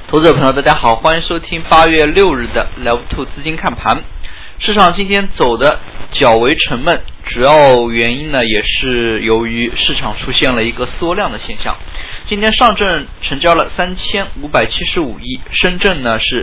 投资者朋友大家好，欢迎收听8月6日的 Level 2资金看盘。市场今天走的较为沉闷，主要原因呢也是由于市场出现了一个缩量的现象。今天上证成交了3575亿，深圳呢是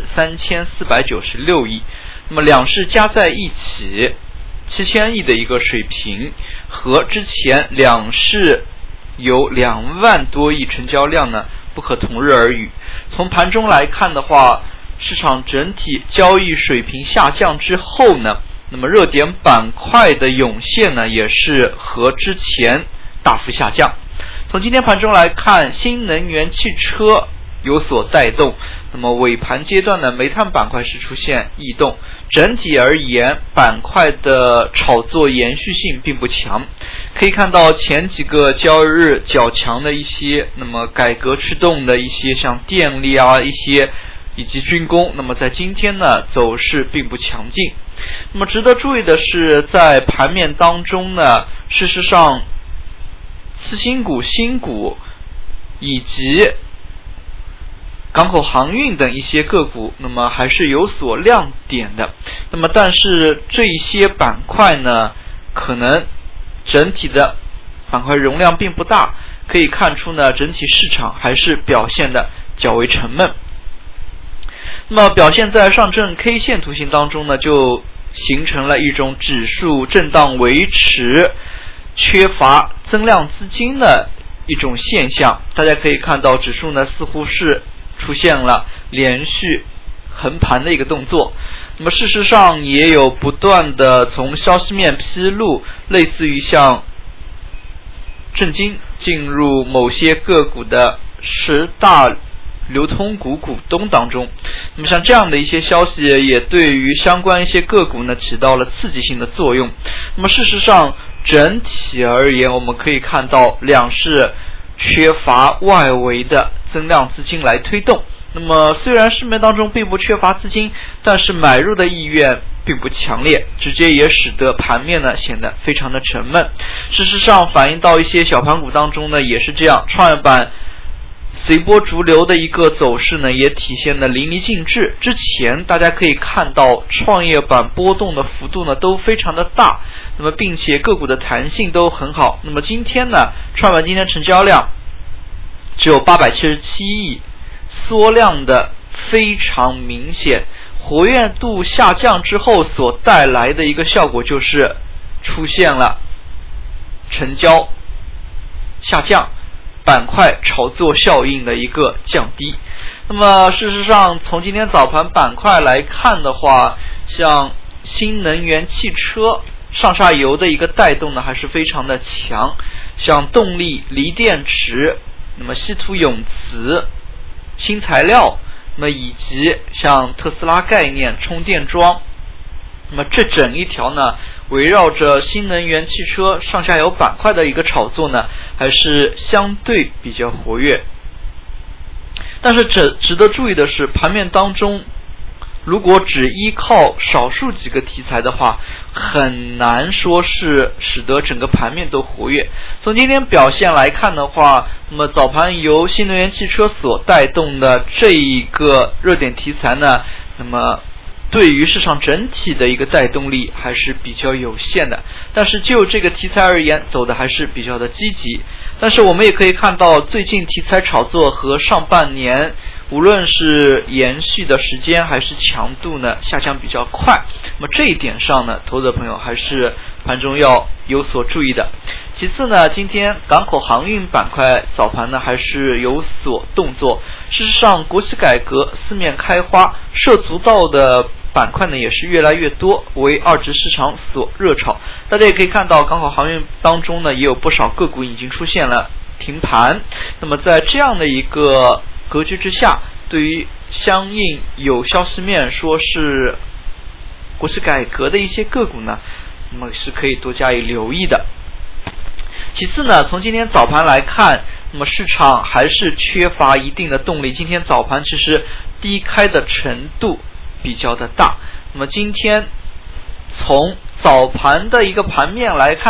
3496亿，那么两市加在一起7000亿的一个水平，和之前两市有2万多亿成交量呢不可同日而语。从盘中来看的话，市场整体交易水平下降之后呢，那么热点板块的涌现呢也是和之前大幅下降。从今天盘中来看，新能源汽车有所带动，那么尾盘阶段呢，煤炭板块是出现异动。整体而言，板块的炒作延续性并不强。可以看到前几个交易日较强的一些，那么改革驱动的一些像电力啊一些以及军工，那么在今天呢走势并不强劲。那么值得注意的是，在盘面当中呢，事实上次新股、新股以及港口航运等一些个股，那么还是有所亮点的。那么但是这一些板块呢，可能整体的板块容量并不大，可以看出呢，整体市场还是表现的较为沉闷。那么表现在上证 K 线图形当中呢，就形成了一种指数震荡维持、缺乏增量资金的一种现象。大家可以看到，指数呢似乎是出现了连续横盘的一个动作。那么事实上也有不断的从消息面披露，类似于像证金进入某些个股的10大流通股股东当中。那么像这样的一些消息也对于相关一些个股呢起到了刺激性的作用。那么事实上整体而言，我们可以看到两市缺乏外围的增量资金来推动。那么虽然市面当中并不缺乏资金，但是买入的意愿并不强烈，直接也使得盘面呢显得非常的沉闷。事实上反映到一些小盘股当中呢也是这样，创业板随波逐流的一个走势呢也体现得淋漓尽致。之前大家可以看到创业板波动的幅度呢都非常的大，那么并且个股的弹性都很好。那么今天呢，创业板今天成交量只有877亿，缩量的非常明显，活跃度下降之后所带来的一个效果就是出现了成交下降，板块炒作效应的一个降低。那么事实上从今天早盘板块来看的话，像新能源汽车、上下游的一个带动呢还是非常的强，像动力、锂电池，那么稀土永磁、新材料，那么以及像特斯拉概念、充电桩，那么这整一条呢围绕着新能源汽车上下游板块的一个炒作呢还是相对比较活跃。但是值得注意的是，盘面当中如果只依靠少数几个题材的话，很难说是使得整个盘面都活跃。从今天表现来看的话，那么早盘由新能源汽车所带动的这一个热点题材呢，那么对于市场整体的一个带动力还是比较有限的，但是就这个题材而言走的还是比较的积极。但是我们也可以看到，最近题材炒作和上半年无论是延续的时间还是强度呢下降比较快，那么这一点上呢，投资者朋友还是盘中要有所注意的。其次呢，今天港口航运板块早盘呢还是有所动作。事实上国企改革四面开花，涉足到的板块呢也是越来越多，为二级市场所热炒。大家也可以看到港口航运当中呢也有不少个股已经出现了停盘。那么在这样的一个格局之下，对于相应有消息面说是国企改革的一些个股呢，那么是可以多加以留意的。其次呢，从今天早盘来看，那么市场还是缺乏一定的动力。今天早盘其实低开的程度比较的大。那么今天从早盘的一个盘面来看，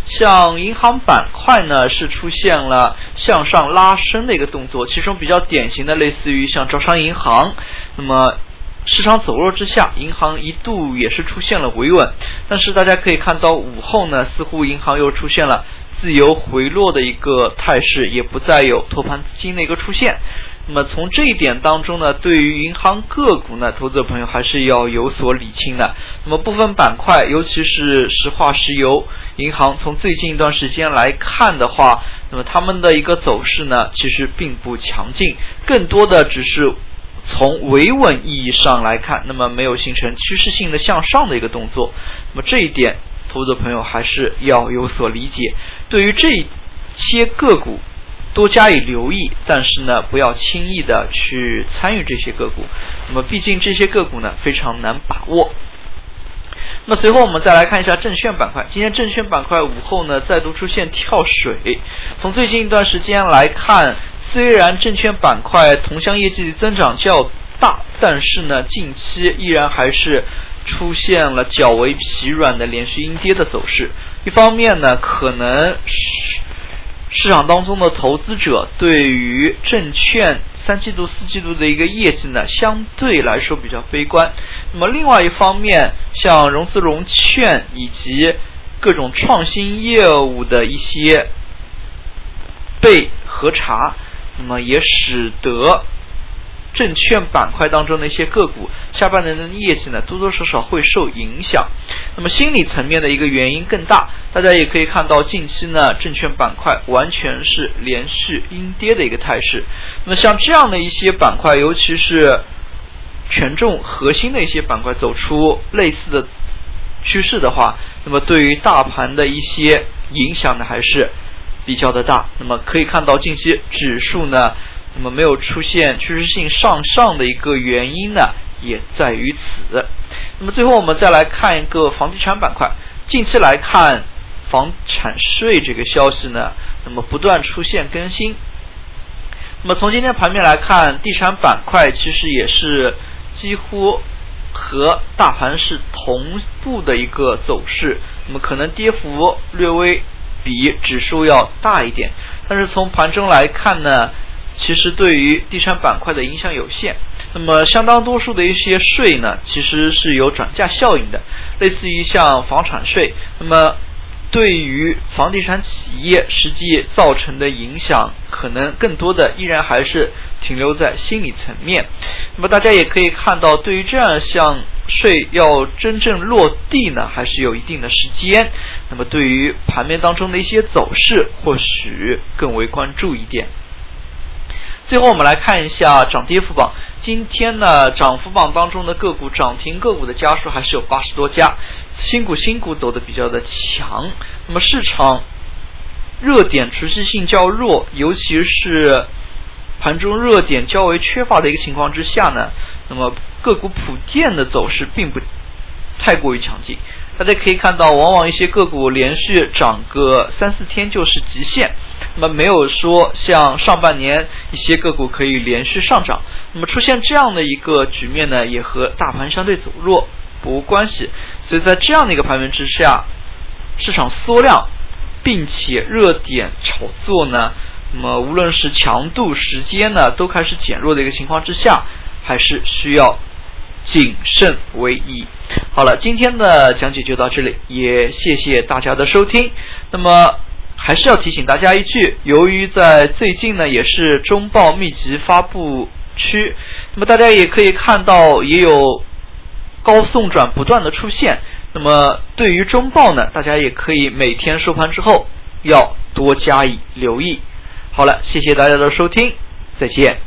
像银行板块呢是出现了向上拉升的一个动作，其中比较典型的类似于像招商银行，那么市场走弱之下，银行一度也是出现了维稳，但是大家可以看到午后呢，似乎银行又出现了自由回落的一个态势，也不再有托盘资金的一个出现。那么从这一点当中呢，对于银行个股呢，投资者朋友还是要有所理清的。那么部分板块，尤其是石化石油银行，从最近一段时间来看的话，那么他们的一个走势呢，其实并不强劲，更多的只是从维稳意义上来看，那么没有形成趋势性的向上的一个动作。那么这一点投资者朋友还是要有所理解，对于这些个股多加以留意，但是呢不要轻易的去参与这些个股，那么毕竟这些个股呢非常难把握。那么随后我们再来看一下证券板块，今天证券板块午后呢再度出现跳水，从最近一段时间来看，虽然证券板块同项业绩增长较大，但是呢近期依然还是出现了较为疲软的连续阴跌的走势。一方面呢，可能市场当中的投资者对于证券3季度、4季度的一个业绩呢，相对来说比较悲观。那么另外一方面，像融资融券以及各种创新业务的一些被核查，那么也使得证券板块当中的一些个股下半年的业绩呢多多少少会受影响。那么心理层面的一个原因更大，大家也可以看到近期呢证券板块完全是连续阴跌的一个态势。那么像这样的一些板块，尤其是权重核心的一些板块走出类似的趋势的话，那么对于大盘的一些影响呢还是比较的大。那么可以看到近期指数呢，那么没有出现趋势性向上的一个原因呢，也在于此。那么最后我们再来看一个房地产板块，近期来看房产税这个消息呢，那么不断出现更新。那么从今天盘面来看，地产板块其实也是几乎和大盘是同步的一个走势，那么可能跌幅略微比指数要大一点，但是从盘中来看呢，其实对于地产板块的影响有限。那么相当多数的一些税呢，其实是有转嫁效应的，类似于像房产税，那么对于房地产企业实际造成的影响，可能更多的依然还是停留在心理层面。那么大家也可以看到，对于这样一项税要真正落地呢，还是有一定的时间。那么对于盘面当中的一些走势，或许更为关注一点。最后我们来看一下涨跌幅榜。今天呢，涨幅榜当中的个股，涨停个股的家数还是有80多家，新股走得比较的强。那么市场热点持续性较弱，尤其是盘中热点较为缺乏的一个情况之下呢，那么个股普遍的走势并不太过于强劲。大家可以看到，往往一些个股连续涨个3-4天就是极限，那么没有说像上半年一些个股可以连续上涨。那么出现这样的一个局面呢，也和大盘相对走弱不无关系。所以在这样的一个盘面之下，市场缩量并且热点炒作呢，那么无论是强度、时间呢，都开始减弱的一个情况之下，还是需要谨慎为宜。好了，今天的讲解就到这里，也谢谢大家的收听。那么还是要提醒大家一句，由于在最近呢也是中报密集发布区，那么大家也可以看到也有高送转不断的出现。那么对于中报呢，大家也可以每天收盘之后要多加以留意。好了，谢谢大家的收听，再见。